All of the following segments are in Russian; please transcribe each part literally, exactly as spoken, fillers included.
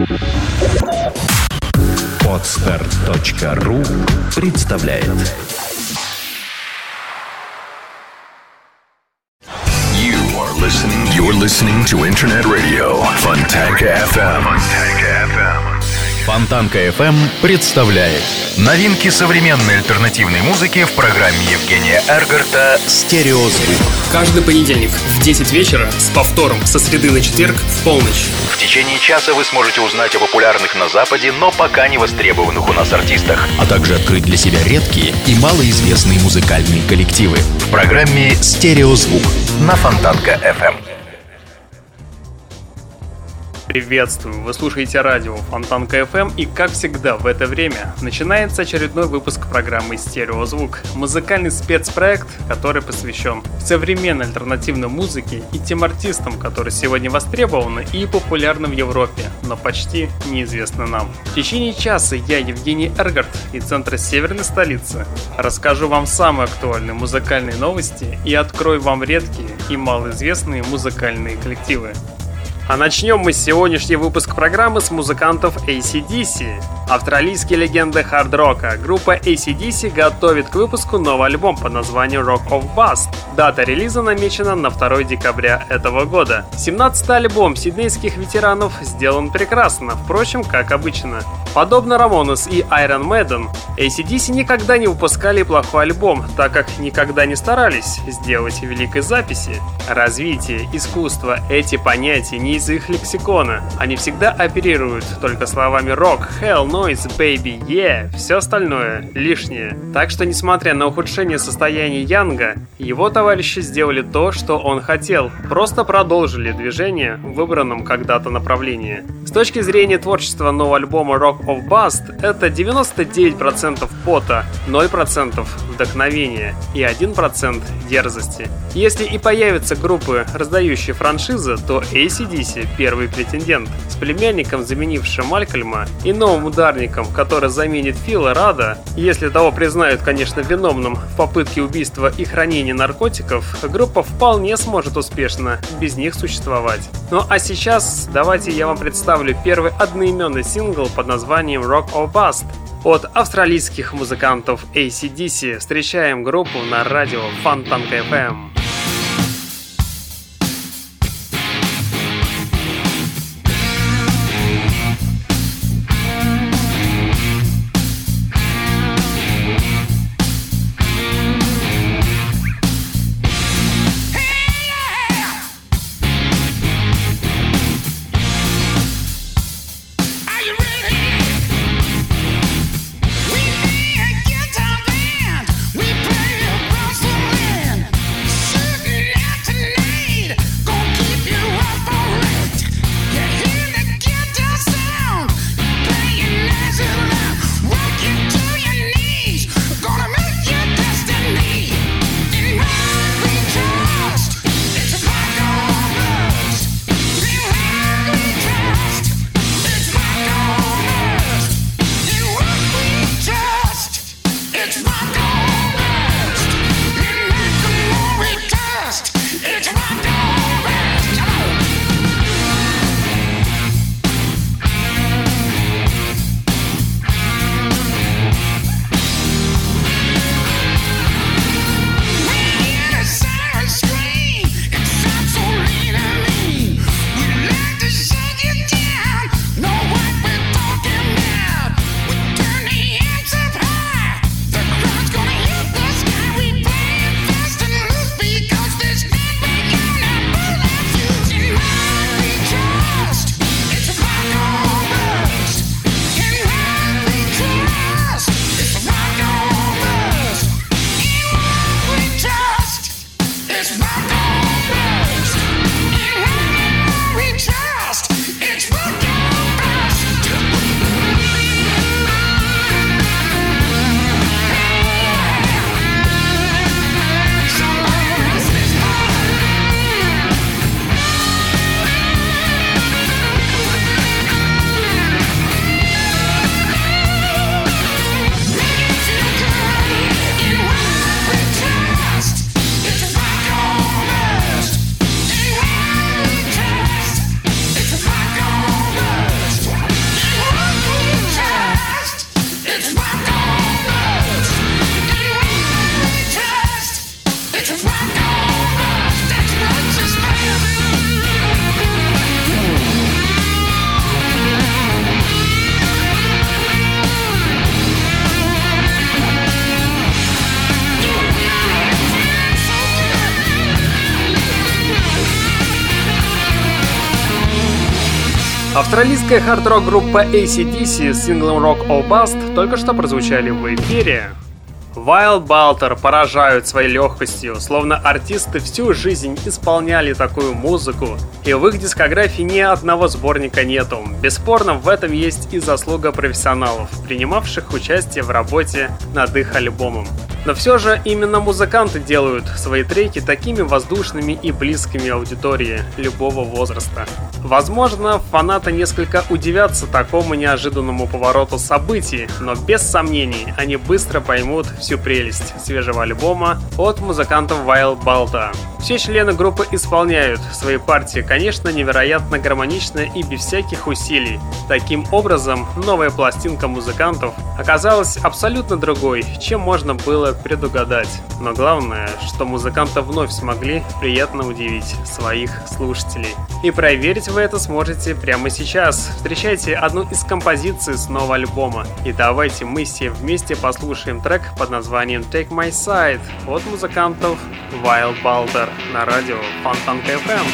Подстер точка ру представляет. You are listening. You're listening to Internet Radio Fontanka эф эм. Фонтанка эф эм представляет Новинки современной альтернативной музыки в программе Евгения Эргарта «Стереозвук». Каждый понедельник в десять вечера с повтором со среды на четверг в полночь. В течение часа вы сможете узнать о популярных на Западе, но пока не востребованных у нас артистах, а также открыть для себя редкие и малоизвестные музыкальные коллективы в программе «Стереозвук» на Фонтанка эф эм. Приветствую! Вы слушаете радио Фонтанка эф эм, и, как всегда, в это время начинается очередной выпуск программы «Стереозвук». Музыкальный спецпроект, который посвящен современной альтернативной музыке и тем артистам, которые сегодня востребованы и популярны в Европе, но почти неизвестны нам. В течение часа я, Евгений Эргарт, из центра северной столицы, расскажу вам самые актуальные музыкальные новости и открою вам редкие и малоизвестные музыкальные коллективы. А начнем мы сегодняшний выпуск программы с музыкантов эй си ди си. Австралийские легенды хард-рока. Группа эй си ди си готовит к выпуску новый альбом под названием Rock of Bust. Дата релиза намечена на второе декабря этого года. семнадцатый альбом сиднейских ветеранов сделан прекрасно, впрочем, как обычно. Подобно Ramones и Iron Maiden, эй си ди си никогда не выпускали плохой альбом, так как никогда не старались сделать великой записи. Развитие, искусство — эти понятия не из их лексикона. Они всегда оперируют только словами rock, hell, noise, baby, yeah, все остальное лишнее. Так что, несмотря на ухудшение состояния Янга, его товарищи сделали то, что он хотел, просто продолжили движение в выбранном когда-то направлении. С точки зрения творчества нового альбома Rock of Bust, это девяносто девять процентов пота, ноль процентов вдохновения и один процент дерзости. Если и появятся группы, раздающие франшизы, то эй си ди си первый претендент. С племянником, заменившим Малькольма, и новым ударником, который заменит Фила Рада, если того признают, конечно, виновным в попытке убийства и хранения наркотиков, группа вполне сможет успешно без них существовать. Ну а сейчас давайте я вам представлю первый одноименный сингл под названием Rock of Bust. От австралийских музыкантов эй си ди си встречаем группу на радио Фонтанка эф эм. We play across the land. Австралийская хард-рок группа эй си ди си с синглом Rock or Bust только что прозвучали в эфире. Wild Balter поражают своей легкостью, словно артисты всю жизнь исполняли такую музыку, и в их дискографии ни одного сборника нету. Бесспорно, в этом есть и заслуга профессионалов, принимавших участие в работе над их альбомом. Но все же именно музыканты делают свои треки такими воздушными и близкими аудитории любого возраста. Возможно, фанаты несколько удивятся такому неожиданному повороту событий, но без сомнений они быстро поймут всю прелесть свежего альбома от музыкантов Wild Balter. Все члены группы исполняют свои партии, конечно, невероятно гармонично и без всяких усилий. Таким образом, новая пластинка музыкантов оказалась абсолютно другой, чем можно было предугадать. Но главное, что музыканты вновь смогли приятно удивить своих слушателей. И проверить вы это сможете прямо сейчас. Встречайте одну из композиций с нового альбома. И давайте мы все вместе послушаем трек под названием Take My Side от музыкантов Wild Balter на радио Фонтанка эф эм.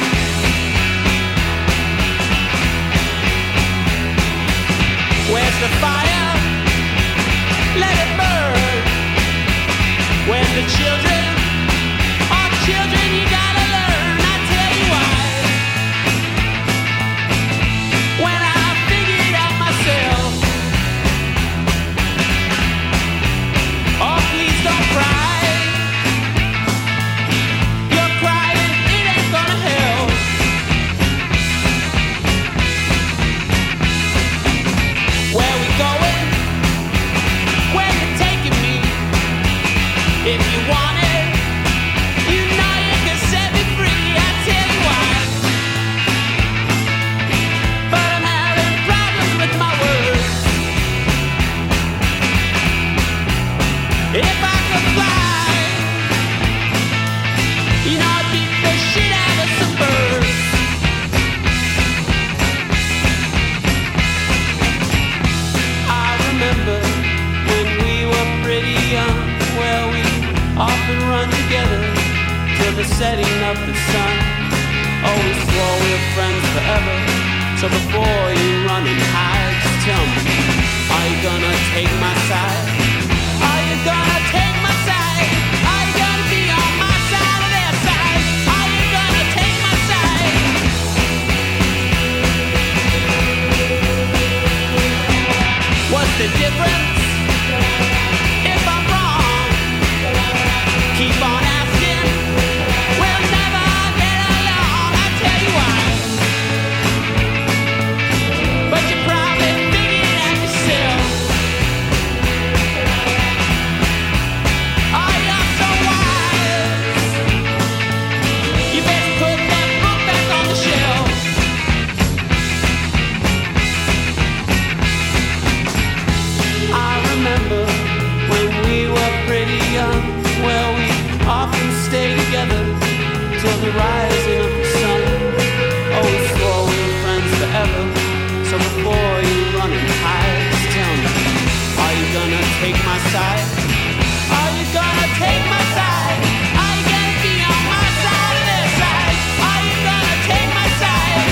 Where's the fire? Let it burn. When the children are children, you gotta learn. I tell you why. When I figured out myself, oh please don't cry. You're crying, it ain't gonna help. Where we going? Where you taking me? If you want it, you know you can set me free. I tell you why. But I'm having problems with my words. If I could fly, you know I'd beat the shit out of some birds. I remember when we were pretty young. Well, we often run together till the setting of the sun. Oh, we swore we were friends forever. So before you run and hide, just tell me, are you gonna take my side? Are you gonna take my side? Are you gonna be on my side or their side? Are you gonna take my side? What's the difference? If I'm wrong, keep on asking. We'll never get along. I tell you why. But you probably figured it out yourself. Oh, you're so wise. You best put that book back on the shelf. I remember when we were pretty young. Well, we often stay together till the rising of the sun. Oh, we swore we were friends forever. So before you run and hide, just tell me, are you gonna take my side? Are you gonna take my side? Are you gonna be on my side or their side? Are you gonna take my side?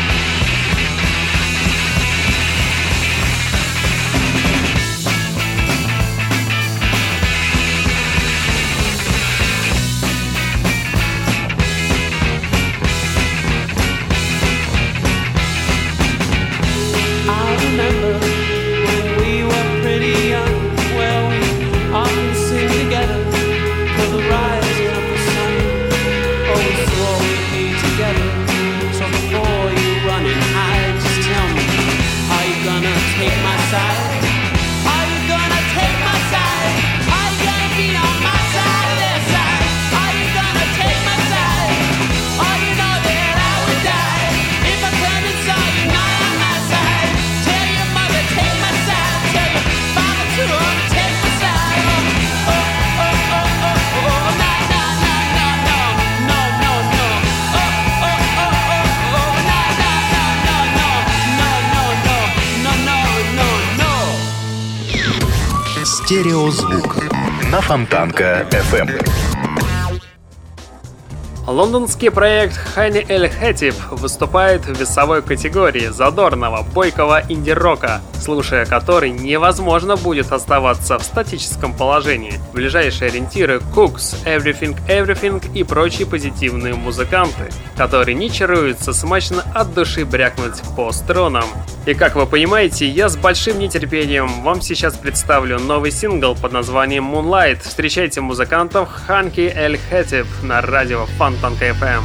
I remember when we were pretty young. Well, we often sing together till the rising of the sun. Oh, we swore we'd be together. So before you run and hide, just tell me, are you gonna take my side? Are you gonna take my side? Are you gonna be on my side or their side? Are you gonna take my side? Oh, you know that I would die if I couldn't saw you not on my side. Tell your mother, take my side. Tell your father too, take my side. Oh, oh, oh, oh, oh, oh, no, no, no, no, no, no, no, no. Oh, oh, oh, oh, oh, no, no, no, no, no, no, no, no, no, no, no. Стереозвук на Фонтанка эф эм. Лондонский проект Hani El Khatib выступает в весовой категории задорного, бойкого инди-рока, слушая который невозможно будет оставаться в статическом положении. Ближайшие ориентиры — Cooks, Everything Everything и прочие позитивные музыканты, которые не чаруются смачно от души брякнуть по струнам. И как вы понимаете, я с большим нетерпением вам сейчас представлю новый сингл под названием Moonlight. Встречайте музыкантов Hani El Khatib на радио Фонтанка эф эм.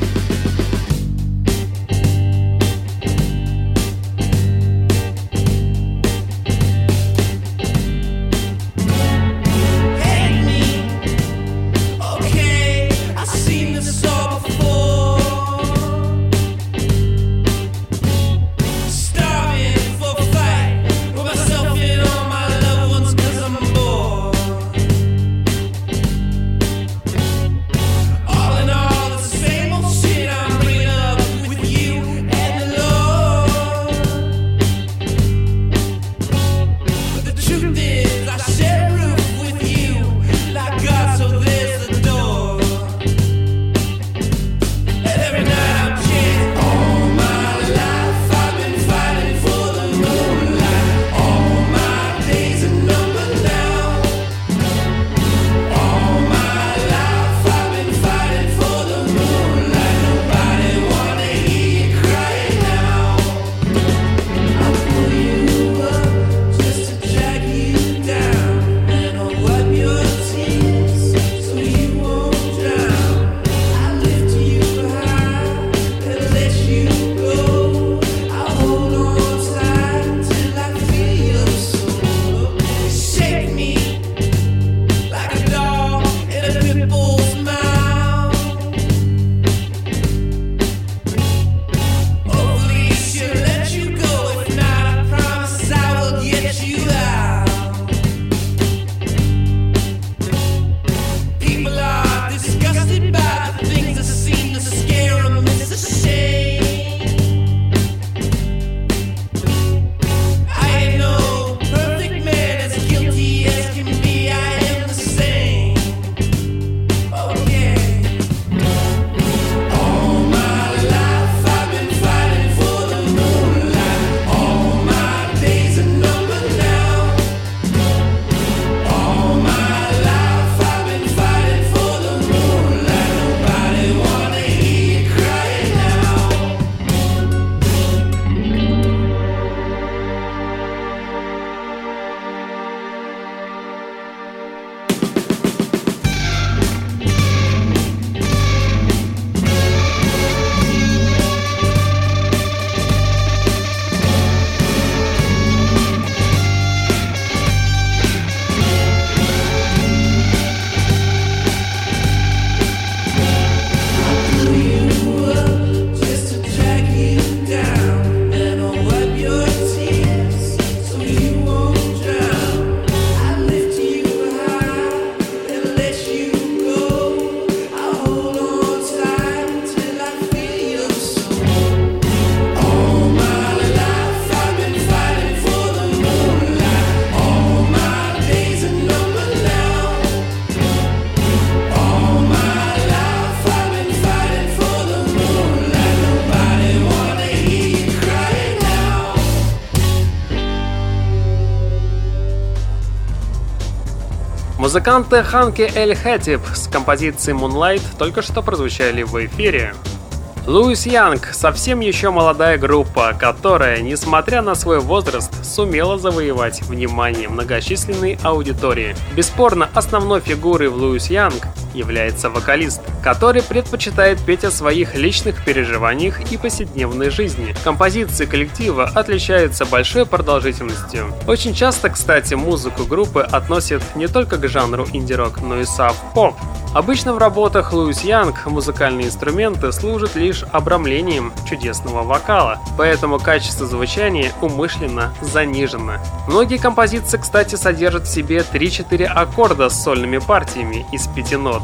Музыканты Hani El Khatib с композицией Moonlight только что прозвучали в эфире. Луис Янг — совсем еще молодая группа, которая, несмотря на свой возраст, сумела завоевать внимание многочисленной аудитории. Бесспорно, основной фигурой в Луис Янг является вокалист, который предпочитает петь о своих личных переживаниях и повседневной жизни. Композиции коллектива отличаются большой продолжительностью. Очень часто, кстати, музыку группы относят не только к жанру инди-рок, но и сафт-поп. Обычно в работах Луис Янг музыкальные инструменты служат лишь обрамлением чудесного вокала, поэтому качество звучания умышленно занижено. Многие композиции, кстати, содержат в себе три-четыре аккорда с сольными партиями из пяти нот.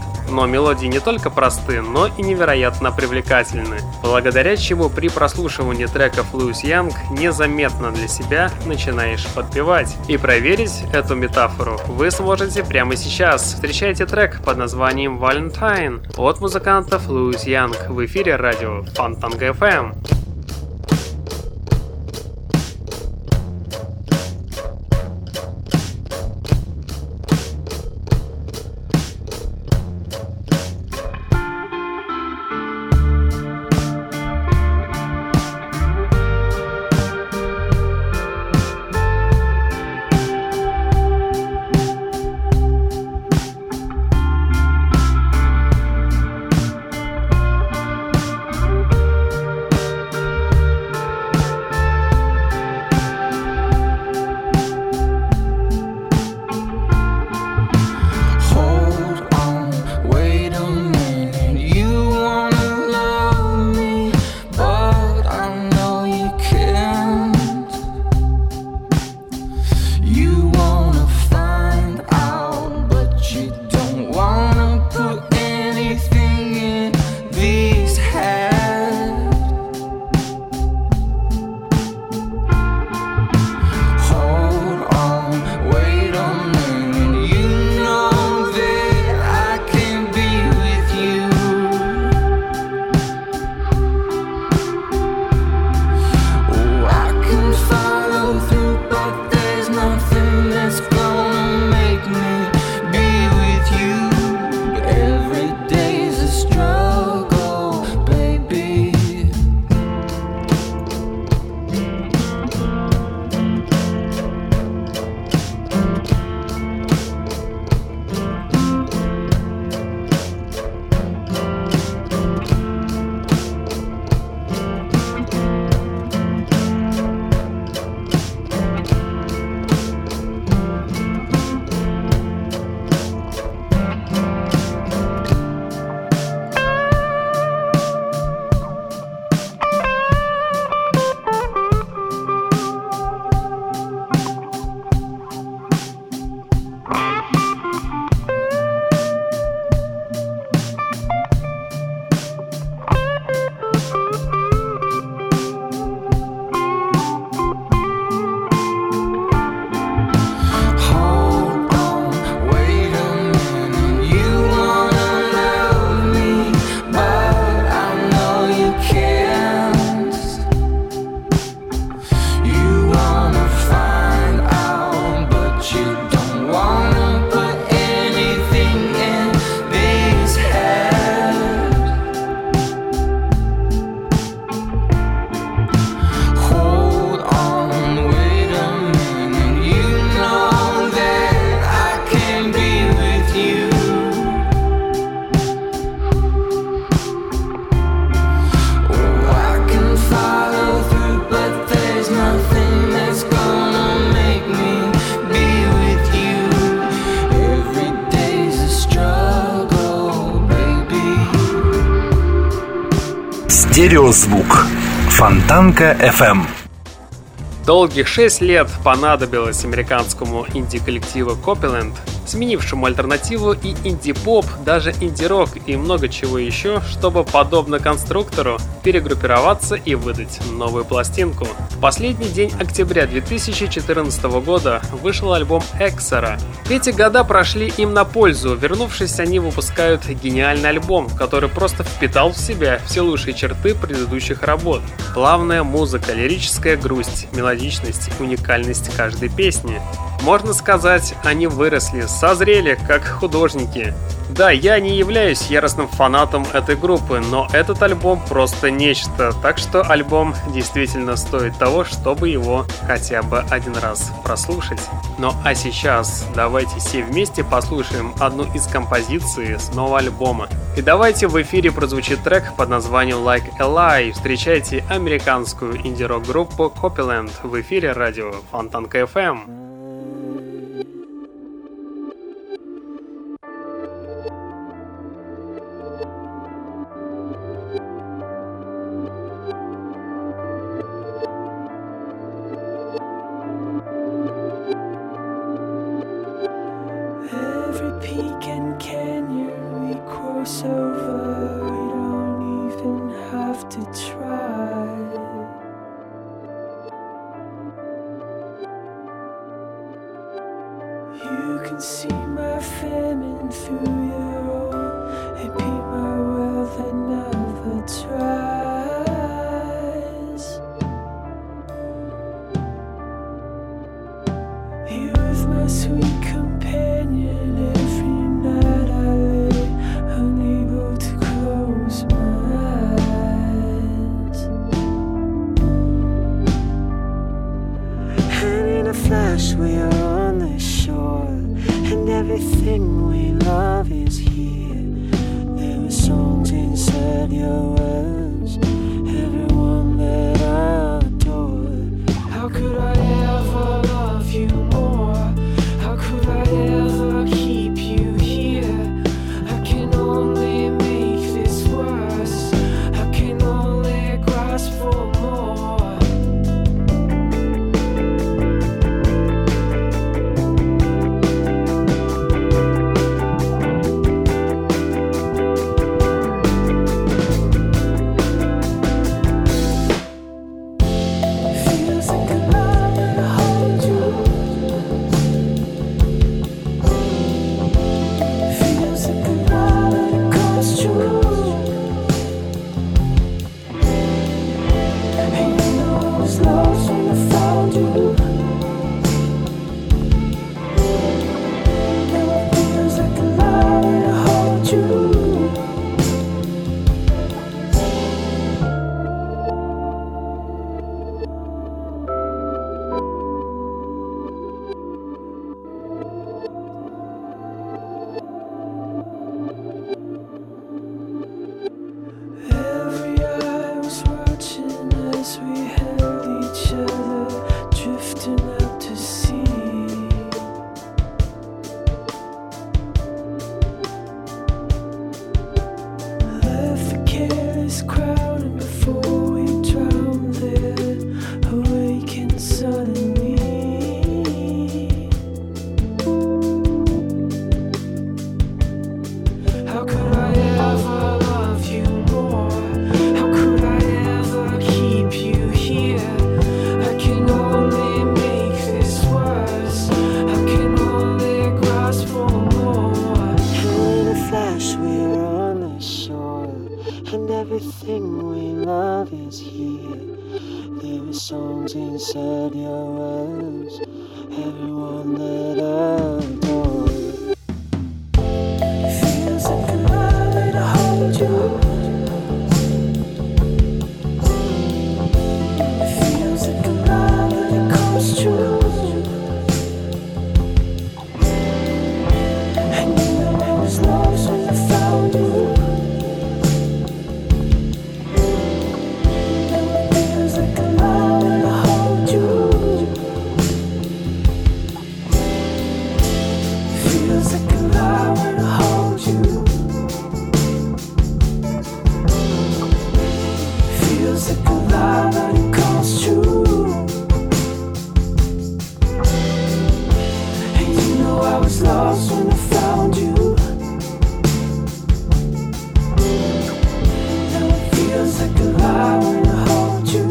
Но мелодии не только просты, но и невероятно привлекательны, благодаря чему при прослушивании треков Луис Янг незаметно для себя начинаешь подпевать. И проверить эту метафору вы сможете прямо сейчас. Встречайте трек под названием «Valentine» от музыкантов Луис Янг в эфире радио Фонтанка эф эм. Стереозвук. Фонтанка эф эм. Долгих шесть лет понадобилось американскому инди-коллективу Copeland, сменившему альтернативу и инди-поп, даже инди-рок и много чего еще, чтобы, подобно конструктору, перегруппироваться и выдать новую пластинку. В последний день октября две тысячи четырнадцатого года вышел альбом Эксера. Эти года прошли им на пользу. Вернувшись, они выпускают гениальный альбом, который просто впитал в себя все лучшие черты предыдущих работ. Плавная музыка, лирическая грусть, мелодичность и уникальность каждой песни. Можно сказать, они выросли, созрели как художники. Да, я не являюсь яростным фанатом этой группы, но этот альбом просто нечто, так что альбом действительно стоит того, чтобы его хотя бы один раз прослушать. Ну а сейчас давайте все вместе послушаем одну из композиций с нового альбома. И давайте в эфире прозвучит трек под названием Like a Lie. Встречайте американскую инди-рок группу Copeland в эфире радио Фонтанка эф эм. Every peak and canyon we can see my famine through your own. It be my will that never tries. You're with my sweet companion. Every night I lay unable to close my eyes. And in a flash we are on the shore, and everything we love is here. There were songs inside your words, everyone that I adore. How could I ever love you more? How could I ever keep you here? I can only make this worse. I can only grasp for more. Feels like a lie when I hold you. Feels like a lie when it comes true. And you know I was lost when I found you. Now it feels like a lie when I hold you. Every eye was watching as we held each other, drifting out to sea. Left the careless crowd, and before we drowned there, awakened suddenly. How could I ever love you more? How could I ever keep you here? I can only make this worse. I can only grasp for more. And in a flash we are on the shore, and everything we love is here. There are songs inside your words, everyone that I adore. Feels like a lie when I hold you. It feels like a lie when it comes true. And you know I was lost when I found you. Now it feels like a lie when I hold you. Feels like a lie when I hold you. Feels like a lie when it comes true. And you know I was lost when I found you. Now it feels like a lie when I hold you.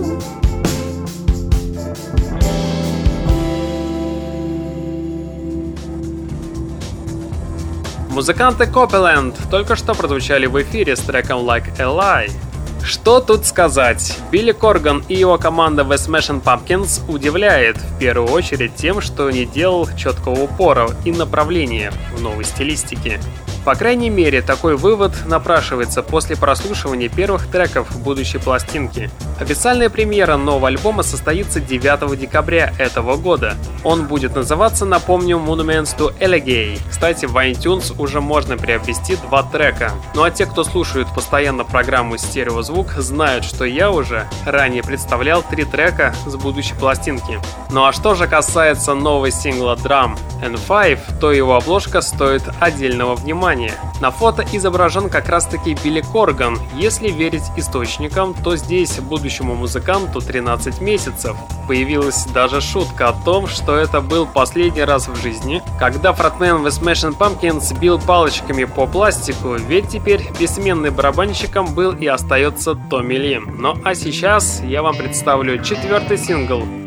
Музыканты Copeland только что прозвучали в эфире с треком Like a Lie. Что тут сказать? Билли Корган и его команда The Smashing Pumpkins удивляет в первую очередь тем, что не делал четкого упора и направления в новой стилистике. По крайней мере, такой вывод напрашивается после прослушивания первых треков будущей пластинки. Официальная премьера нового альбома состоится девятого декабря этого года. Он будет называться, напомню, Monuments to Allegay. Кстати, в iTunes уже можно приобрести два трека. Ну а те, кто слушает постоянно программу «Стереозвук», знают, что я уже ранее представлял три трека с будущей пластинки. Ну а что же касается нового сингла Drum and Five, то его обложка стоит отдельного внимания. На фото изображен как раз таки Билли Корган. Если верить источникам, то здесь будущему музыканту тринадцать месяцев. Появилась даже шутка о том, что это был последний раз в жизни, когда фронтмен The Smashing Pumpkins бил палочками по пластику, ведь теперь бессменным барабанщиком был и остается Томми Ли. Ну а сейчас я вам представлю четвертый сингл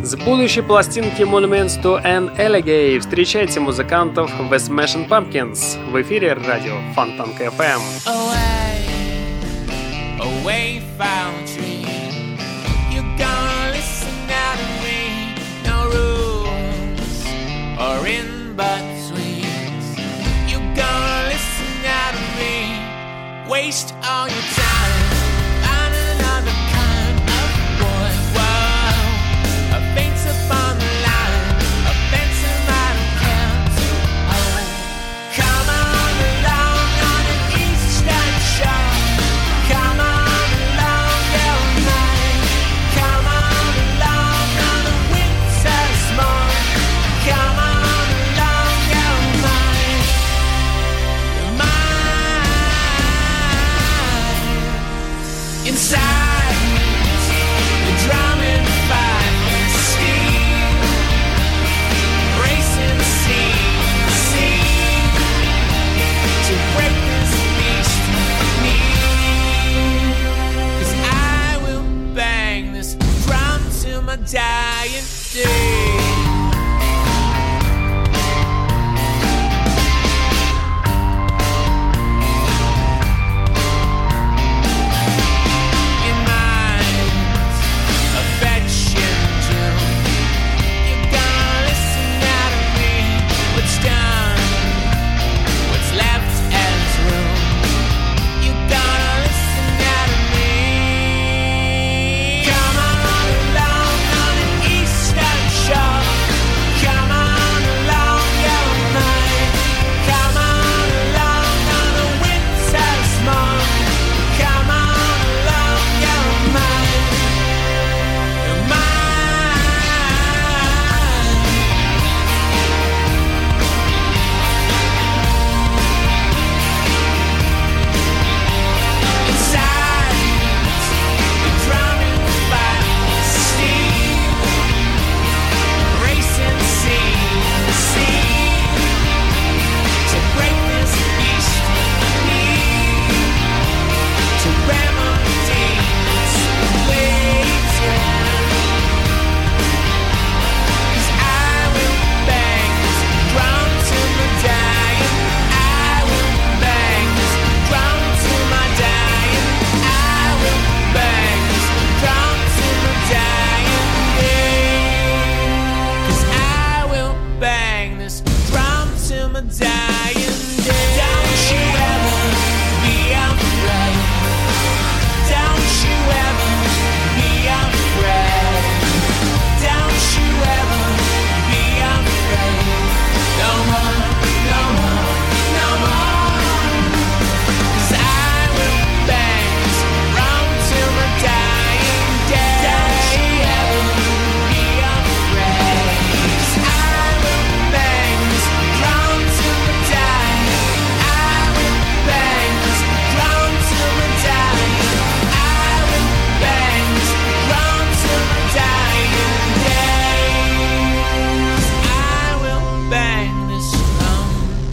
С будущей пластинки Monuments to an Elegy встречайте музыкантов The Smashing Pumpkins в эфире радио Фонтанка эф эм. Away, away found tree. You're gonna listen now to me. No rules or in betweens. You're gonna listen now to me. Waste all your time. Find another kind of boy. Whoa, a faint's upon the line. A phantom I don't care to own. Come on along on an eastern shore. Come on along, you're mine. Come on along on a winter's morn. Come on along, you're mine. You're mine. Inside the drumming fight and steam, racing the sea, sea, to break this beast with me. 'Cause I will bang this drum till my dying day. Your mind's affection too. You're gonna listen now to me. What's done, what's left as room. You're gonna listen now to me. Come on along on an eastern shore. Come on along, you're mine. Come on along on a winter's morn. Come on along, you're mine. You're mine. Inside the drumming fight, steam, racing sea, sea, to break this beast with me, to remedy its waiting. 'Cause I will bang this drum till my dying. I will bang this drum till my dying. I will bang this drum till my dying day. 'Cause I will bang this drum till my dying day. Don't you ever be afraid. Don't you ever be afraid. Don't you ever be afraid. No more, no more, no more. 'Cause I will bang this drum till my dying day. Don't you ever be afraid. 'Cause I will bang this drum till my dying. I will bang this drum till my dying. I will bang this drum till my dying day. 'Cause I will bang this drum.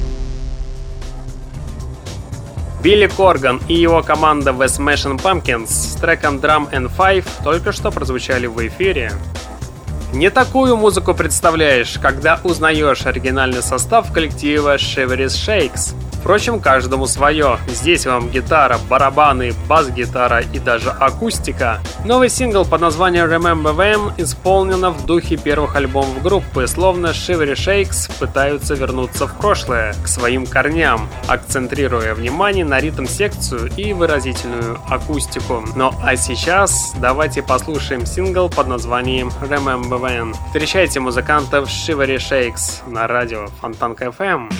Билли Корган и его команда The Smashing Pumpkins с треком Drum and Five только что прозвучали в эфире. Не такую музыку представляешь, когда узнаешь оригинальный состав коллектива Shivery Shakes. Впрочем, каждому свое. Здесь вам гитара, барабаны, бас-гитара и даже акустика. Новый сингл под названием Remember When исполнено в духе первых альбомов группы, словно Shivery Shakes пытаются вернуться в прошлое, к своим корням, акцентрируя внимание на ритм-секцию и выразительную акустику. Ну а сейчас давайте послушаем сингл под названием Remember When. Встречайте музыкантов Shivery Shakes на радио Фонтанка эф эм.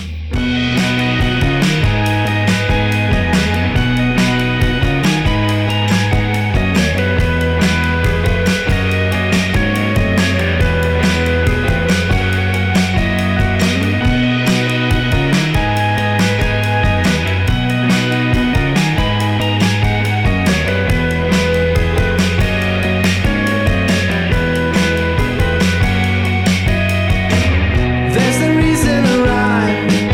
There's a reason to rhyme.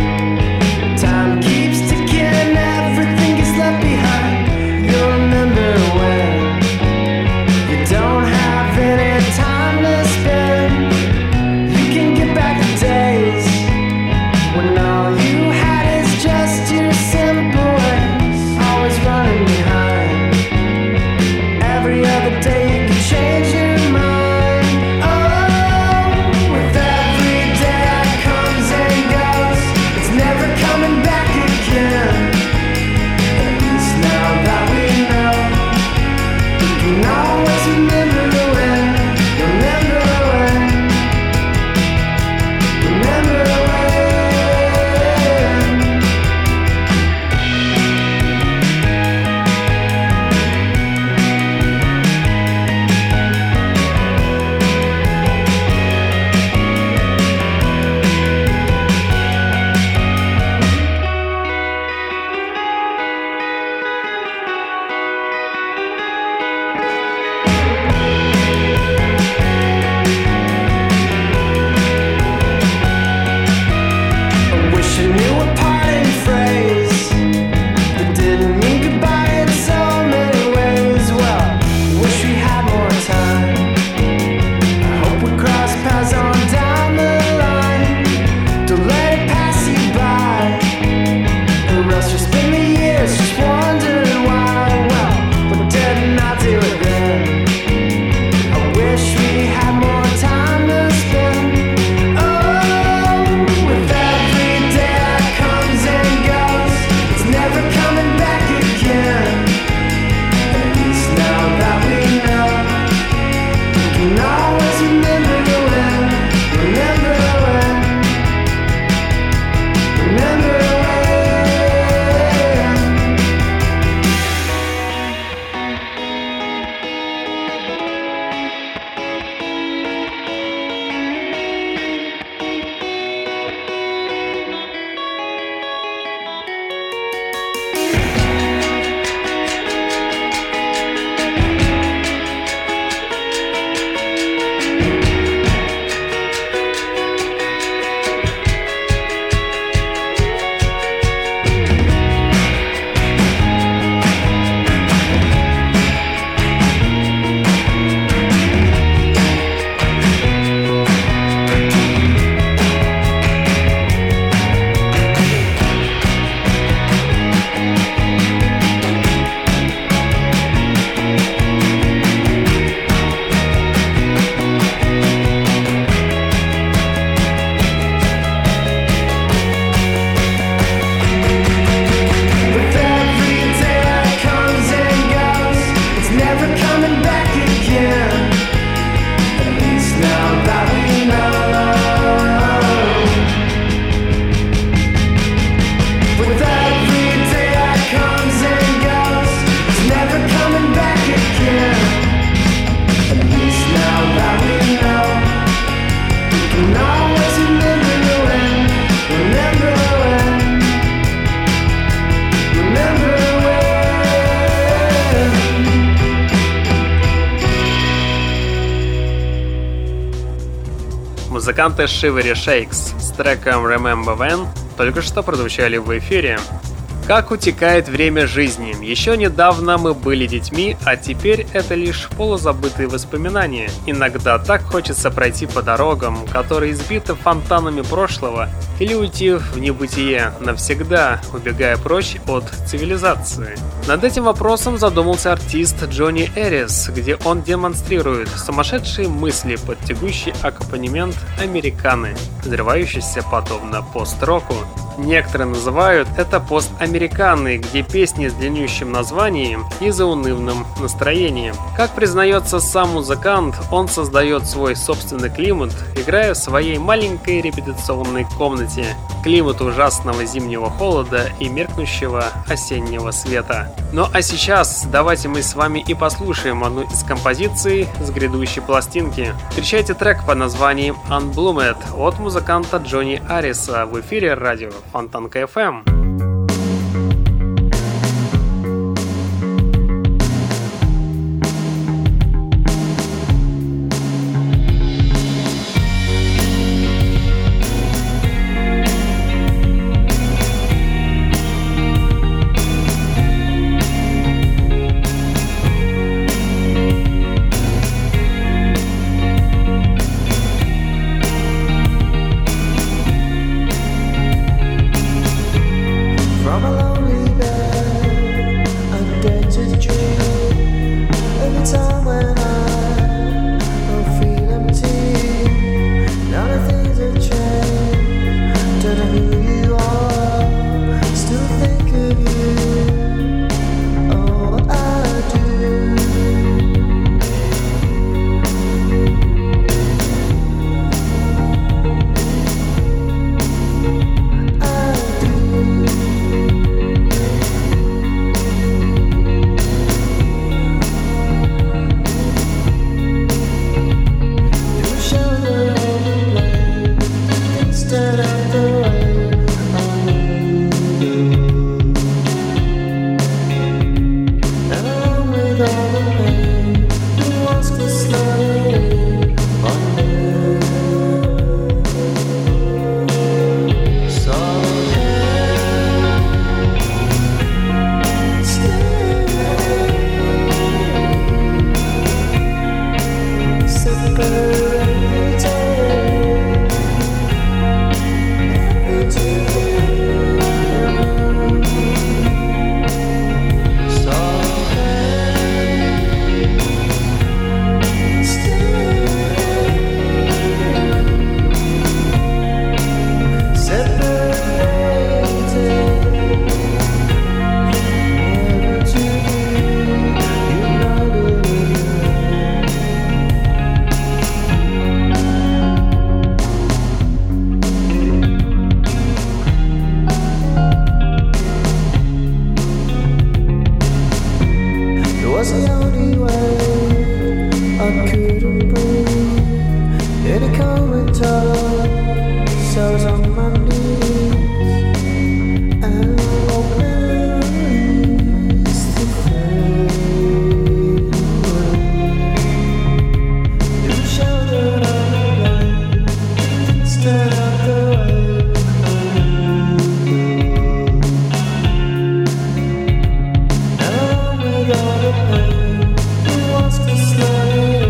Музыканты Shivery Shakes с треком Remember When только что прозвучали в эфире. Как утекает время жизни. Еще недавно мы были детьми, а теперь это лишь полузабытые воспоминания. Иногда так хочется пройти по дорогам, которые избиты фонтанами прошлого, или уйти в небытие навсегда, убегая прочь от цивилизации. Над этим вопросом задумался артист Джонни Эрис, где он демонстрирует сумасшедшие мысли под тягущий аккомпанемент американы, взрывающийся подобно пост-року. Некоторые называют это пост-американы, где песни с длиннющим названием и заунывным настроением. Как признается сам музыкант, он создает свой собственный климат, играя в своей маленькой репетиционной комнате. Климат ужасного зимнего холода и меркнущего осеннего света. Ну а сейчас давайте мы с вами и послушаем одну из композиций с грядущей пластинки. Встречайте трек под названием Unbloomed от музыканта Джонни Ариса в эфире радио Фонтанка эф эм.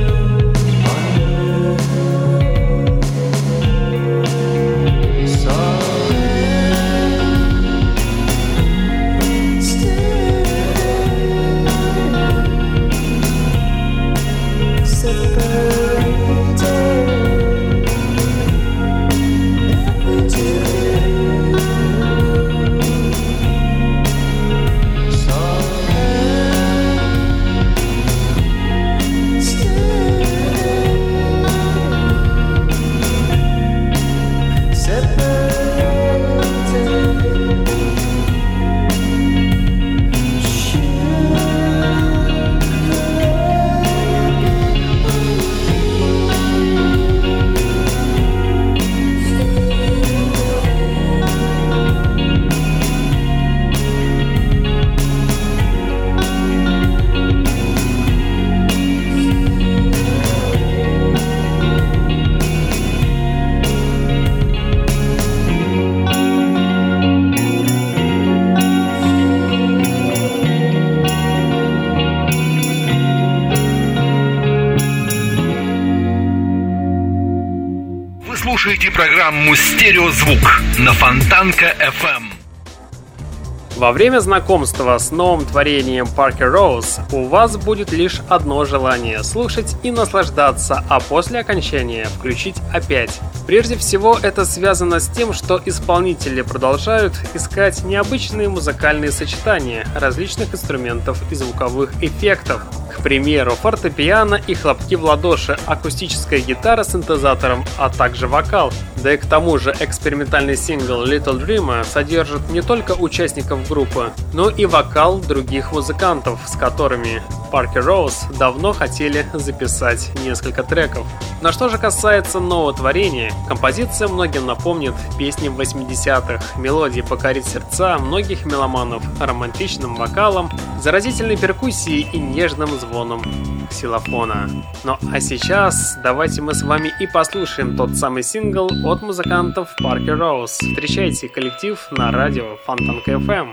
Sorry. Вы слушаете программу «Стереозвук» на Фонтанка эф эм. Во время знакомства с новым творением Parker Rose у вас будет лишь одно желание — слушать и наслаждаться, а после окончания включить опять. Прежде всего, это связано с тем, что исполнители продолжают искать необычные музыкальные сочетания различных инструментов и звуковых эффектов. К примеру, фортепиано и хлопки в ладоши, акустическая гитара с синтезатором, а также вокал. Да и к тому же экспериментальный сингл Little Dreamer содержит не только участников группы, но и вокал других музыкантов, с которыми Parker Rose давно хотели записать несколько треков. Но что же касается нового творения, композиция многим напомнит песни восьмидесятых. Мелодия покорит сердца многих меломанов романтичным вокалом, заразительной перкуссией и нежным звоном ксилофона. Ну а сейчас давайте мы с вами и послушаем тот самый сингл от музыкантов Parker Rose. Встречайте коллектив на радио Фонтанка эф эм.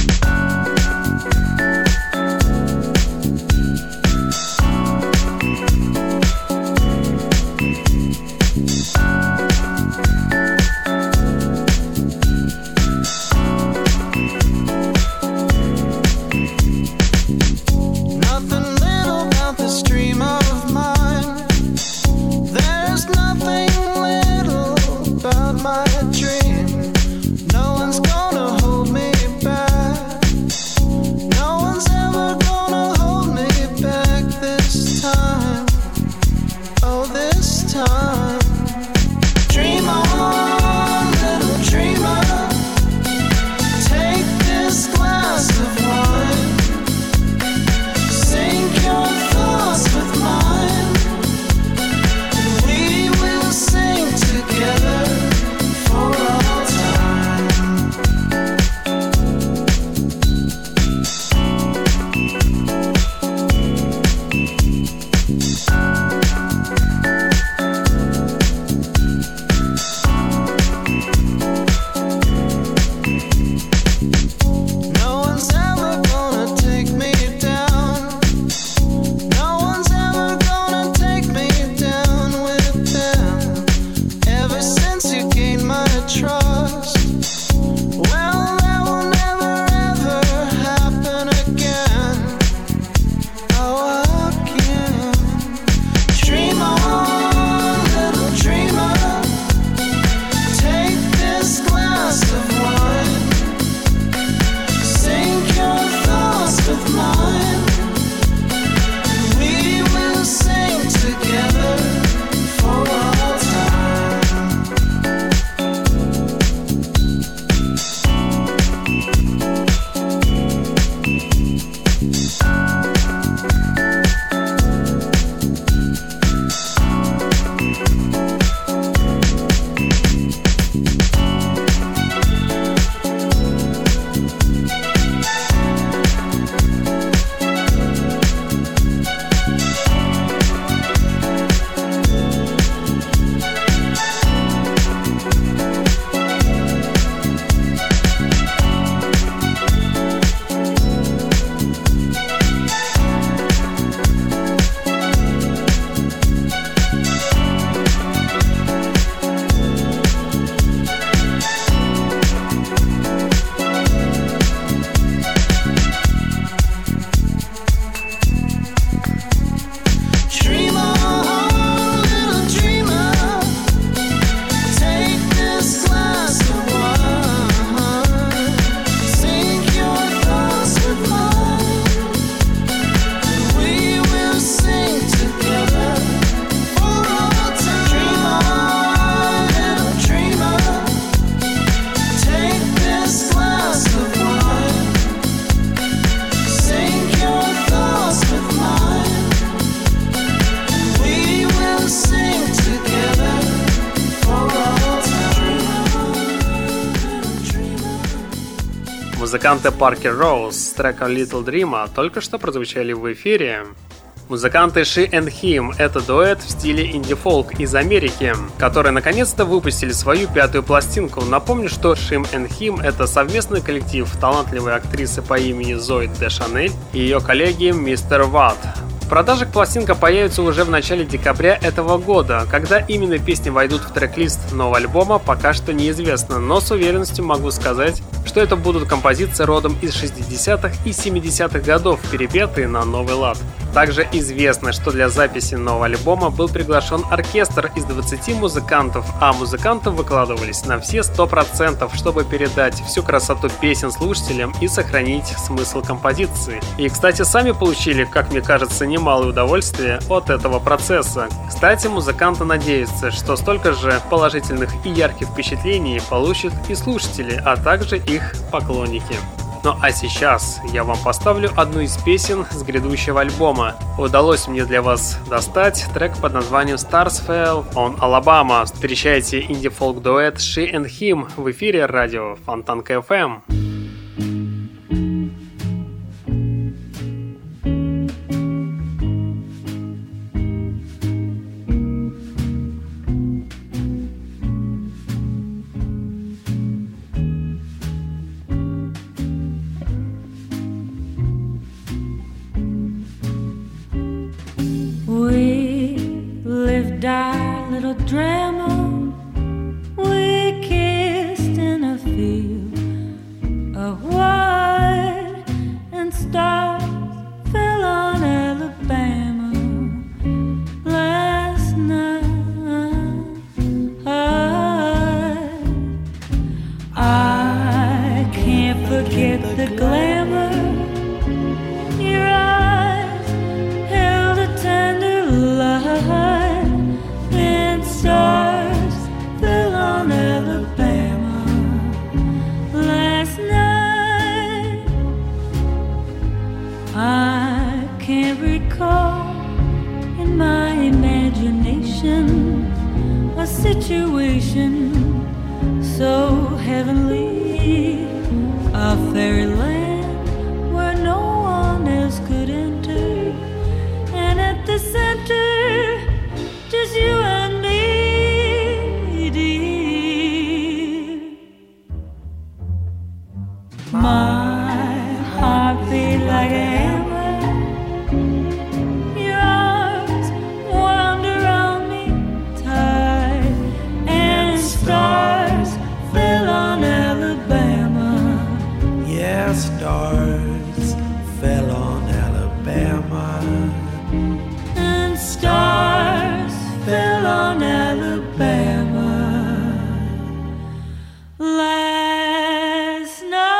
Музыканты Parker Rose с треком Little Dreamer только что прозвучали в эфире. Музыканты She and Him — это дуэт в стиле инди-фолк из Америки, которые наконец-то выпустили свою пятую пластинку. Напомню, что She and Him — это совместный коллектив талантливой актрисы по имени Зои Де Шанель и ее коллеги мистер Ватт. В продажах пластинка появится уже в начале декабря этого года. Когда именно песни войдут в трек-лист нового альбома, пока что неизвестно, но с уверенностью могу сказать, что это будут композиции родом из шестидесятых и семидесятых годов, перепетые на новый лад. Также известно, что для записи нового альбома был приглашен оркестр из двадцати музыкантов, а музыканты выкладывались на все сто процентов, чтобы передать всю красоту песен слушателям и сохранить смысл композиции. И, кстати, сами получили, как мне кажется, немалое удовольствие от этого процесса. Кстати, музыканты надеются, что столько же положительных и ярких впечатлений получат и слушатели, а также их поклонники. Ну а сейчас я вам поставлю одну из песен с грядущего альбома. Удалось мне для вас достать трек под названием Stars Fell on Alabama. Встречайте инди-фолк-дуэт She and Him в эфире радио Фонтанка эф эм. Our little drama, we kissed in a field of white, and stars fell on Alabama last night. I can't forget the glamour. Your eyes held a tender light. Stars fell on Alabama last night. I can't recall in my imagination a situation so heavenly, a fairyland where no one else could enter, and at the center, just you and me. My heart beat like a hammer. Your arms wound around me tight, and stars fell on Alabama. Yeah, stars fell on Alabama. And stars fell on Alabama last night.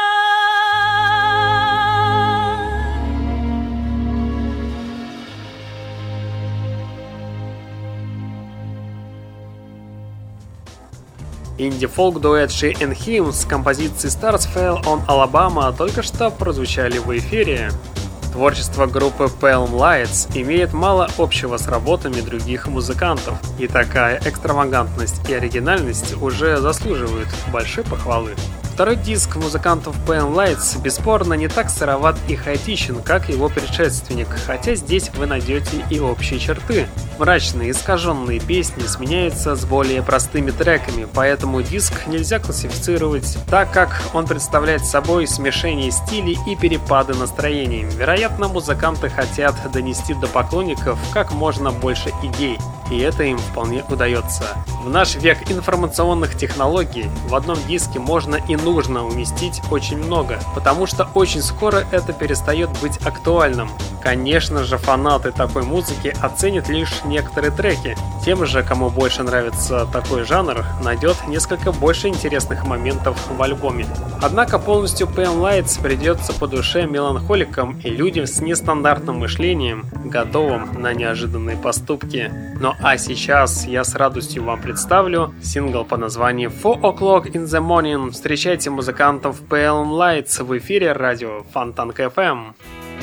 Инди-фолк-дуэт She and Him с композицией Stars Fell on Alabama только что прозвучали в эфире. Творчество группы Palm Lights имеет мало общего с работами других музыкантов, и такая экстравагантность и оригинальность уже заслуживают большой похвалы. Второй диск музыкантов Palm Lights бесспорно не так сыроват и хаотичен, как его предшественник, хотя здесь вы найдете и общие черты. Мрачные, искаженные песни сменяются с более простыми треками, поэтому диск нельзя классифицировать, так как он представляет собой смешение стилей и перепады настроений. Вероятно, музыканты хотят донести до поклонников как можно больше идей, и это им вполне удается. В наш век информационных технологий в одном диске можно и нужно уместить очень много, потому что очень скоро это перестает быть актуальным. Конечно же, фанаты такой музыки оценят лишь некоторые треки. Тем же, кому больше нравится такой жанр, найдет несколько больше интересных моментов в альбоме. Однако полностью Palm Lights придется по душе меланхоликам и людям с нестандартным мышлением, готовым на неожиданные поступки. Ну а сейчас я с радостью вам представлю сингл под названием four o'clock in the morning. Встречайте музыкантов Palm Lights в эфире радио Фонтанка эф эм.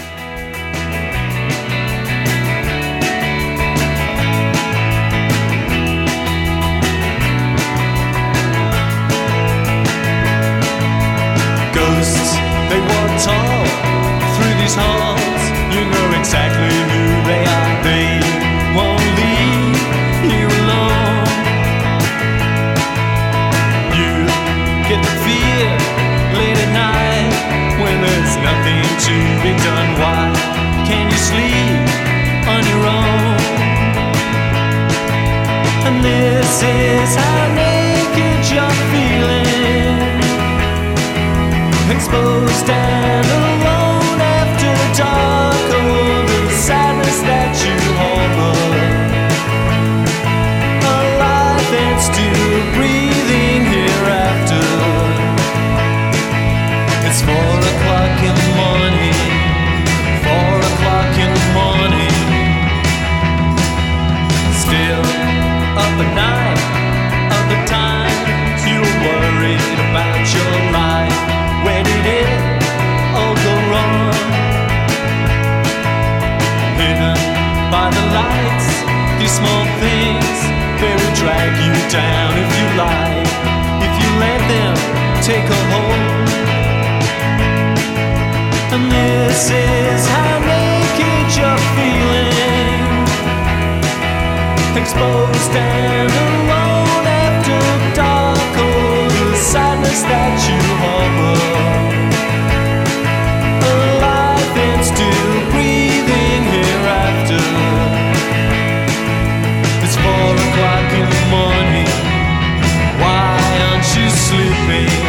Ghosts, they walk tall through these halls. You know exactly who they are. They won't leave you alone. You get the fear late at night when there's nothing to be done. Why can't you sleep own. And this is how naked you're feeling, exposed and alone after dark. Oh, the sadness that you harbor, a life that's still breathing hereafter. It's four o'clock in the morning, four o'clock in the morning. Still up at night, other times you're worried about your life. Where did it all go wrong? Hidden by the lights, these small things, they will drag you down if you like, if you let them take a hold. And this is how naked you're feeling, exposed and alone after dark. Oh, the sadness that you harbor, a life that's still breathing hereafter. It's four o'clock in the morning, why aren't you sleeping?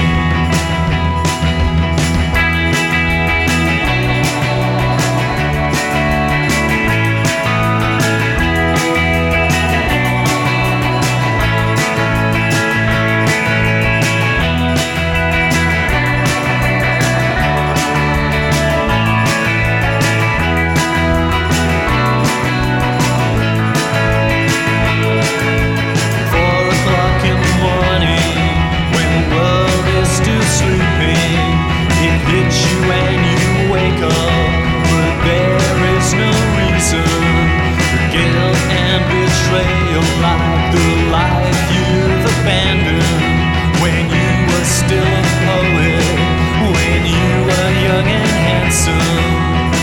Like the life you've abandoned when you were still a poet, when you were young and handsome.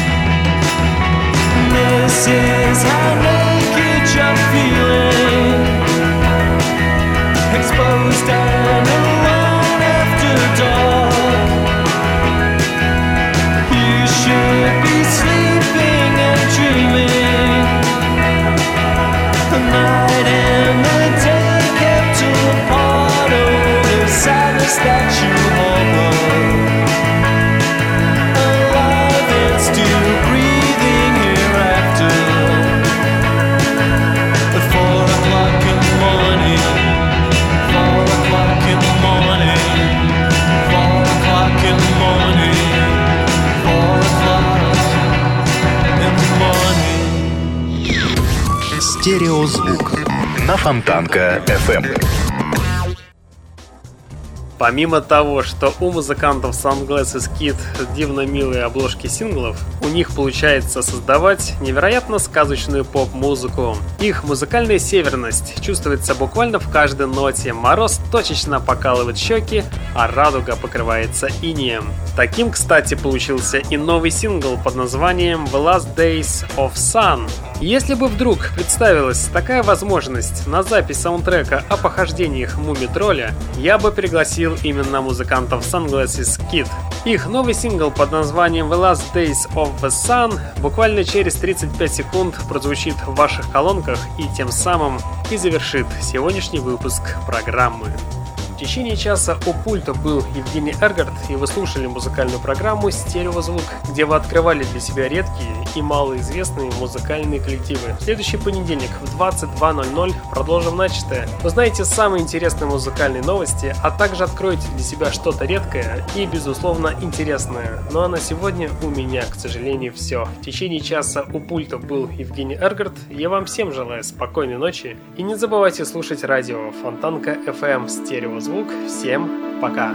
This is how naked you're feeling, exposed and alone after dark. You should be sleeping and dreaming. The night and the day kept apart. Oh, the sadness that you harbor, a life that's still breathing hereafter. At four o'clock in the morning, four o'clock in the morning, four o'clock in the morning, four o'clock in the morning. Стереозвук на Фонтанка эф эм. Помимо того, что у музыкантов Sunglasses Kid дивно милые обложки синглов, у них получается создавать невероятно сказочную поп-музыку. Их музыкальная северность чувствуется буквально в каждой ноте. Мороз точечно покалывает щеки, а радуга покрывается инеем. Таким, кстати, получился и новый сингл под названием The Last Days of Sun. Если бы вдруг представилась такая возможность на запись саундтрека о похождениях Муми-тролля, я бы пригласил именно музыкантов Sunglasses Kid. Их новый сингл под названием The Last Days of the Sun буквально через тридцать пять секунд прозвучит в ваших колонках и тем самым и завершит сегодняшний выпуск программы. В течение часа у пульта был Евгений Эргард, и вы слушали музыкальную программу «Стереозвук», где вы открывали для себя редкие и малоизвестные музыкальные коллективы. В следующий понедельник в двадцать два ноль ноль продолжим начатое. Узнаете самые интересные музыкальные новости, а также откроете для себя что-то редкое и, безусловно, интересное. Ну а на сегодня у меня, к сожалению, все. В течение часа у пульта был Евгений Эргард. Я вам всем желаю спокойной ночи и не забывайте слушать радио Фонтанка эф эм «Стереозвук». Всем пока!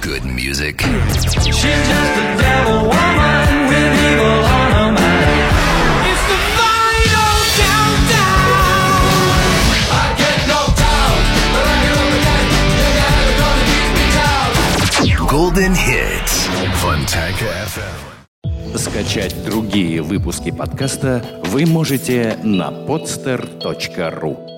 good music. She's just a devil woman with evil on her mind. It's the final countdown. I get no down, but I get on the game. You're never gonna keep me down. Golden Hits. Fontanka эф эм. Скачать другие выпуски подкаста вы можете на podster точка ру.